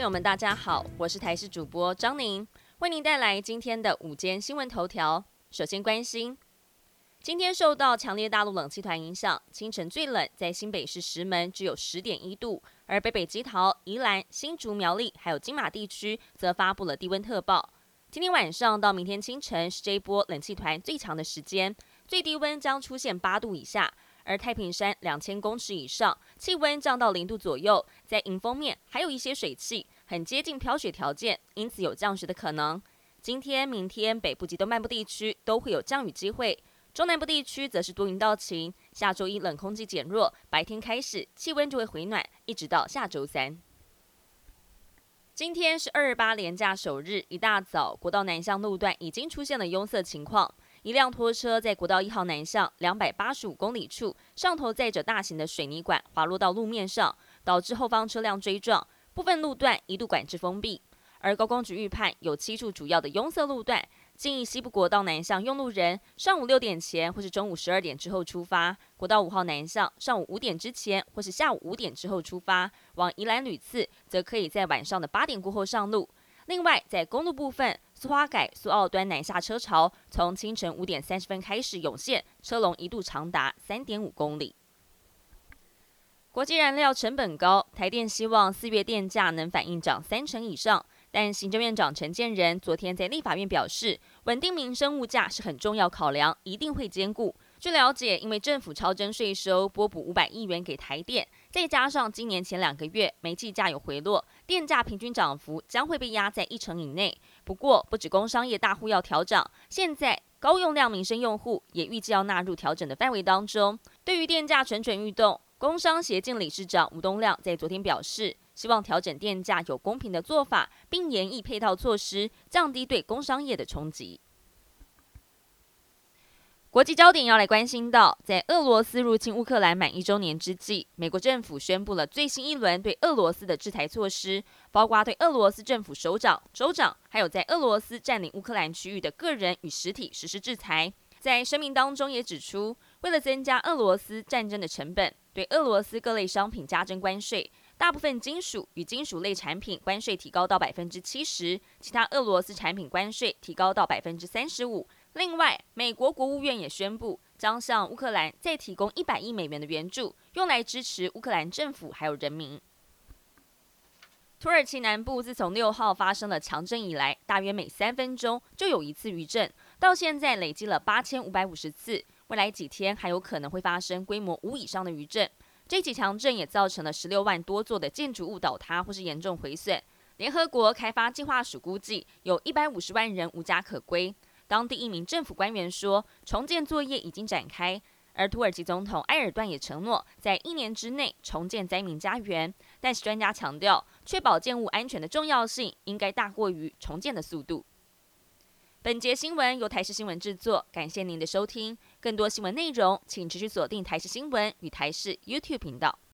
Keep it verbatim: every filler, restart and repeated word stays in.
友们，大家好，我是台视主播张宁，为您带来今天的午间新闻头条。首先关心，今天受到强烈大陆冷气团影响，清晨最冷在新北市石门只有 十点一度，而北北基桃、宜兰、新竹、苗栗还有金马地区则发布了低温特报。今天晚上到明天清晨是这一波冷气团最强的时间，最低温将出现八度以下。而太平山两千公尺以上，气温降到零度左右，在迎风面还有一些水汽，很接近飘雪条件，因此有降雪的可能。今天、明天北部及东半部地区都会有降雨机会，中南部地区则是多云到晴。下周一冷空气减弱，白天开始气温就会回暖，一直到下周三。今天是二二八连假首日，一大早国道南向路段已经出现了拥塞情况。一辆拖车在国道一号南向两百八十五公里处，上头载着大型的水泥管滑落到路面上，导致后方车辆追撞，部分路段一度管制封闭。而高工局预判有七处主要的拥塞路段，建议西部国道南向用路人上午六点前或是中午十二点之后出发，国道五号南向上午五点之前或是下午五点之后出发，往宜兰屡次则可以在晚上的八点过后上路。另外，在公路部分，苏花改、苏澳端南下车潮从清晨五点三十分开始涌现，车龙一度长达 三点五公里。国际燃料成本高，台电希望四月电价能反映涨三成以上，但行政院长陈建仁昨天在立法院表示，稳定民生物价是很重要考量，一定会兼顾。据了解，因为政府超征税收拨补五百亿元给台电，再加上今年前两个月煤气价有回落，电价平均涨幅将会被压在一成以内。不过，不止工商业大户要调涨，现在高用量民生用户也预计要纳入调整的范围当中。对于电价蠢蠢欲动，工商协进理事长吴东亮在昨天表示，希望调整电价有公平的做法，并研议配套措施，降低对工商业的冲击。国际焦点要来关心到，在俄罗斯入侵乌克兰满一周年之际，美国政府宣布了最新一轮对俄罗斯的制裁措施，包括对俄罗斯政府首长、州长，还有在俄罗斯占领乌克兰区域的个人与实体实施制裁。在声明当中也指出，为了增加俄罗斯战争的成本，对俄罗斯各类商品加征关税，大部分金属与金属类产品关税提高到百分之七十，其他俄罗斯产品关税提高到百分之三十五。另外，美国国务院也宣布，将向乌克兰再提供一百亿美元的援助，用来支持乌克兰政府还有人民。土耳其南部自从六号发生了强震以来，大约每三分钟就有一次余震，到现在累积了八千五百五十次，未来几天还有可能会发生规模五以上的余震。这起强震也造成了十六万多座的建筑物倒塌或是严重毁损。联合国开发计划署估计，有一百五十万人无家可归。当地一名政府官员说，重建作业已经展开，而土耳其总统埃尔段也承诺，在一年之内重建灾民家园。但是专家强调，确保建物安全的重要性应该大过于重建的速度。本节新闻由台视新闻制作，感谢您的收听。更多新闻内容，请持续锁定台视新闻与台视 YouTube 频道。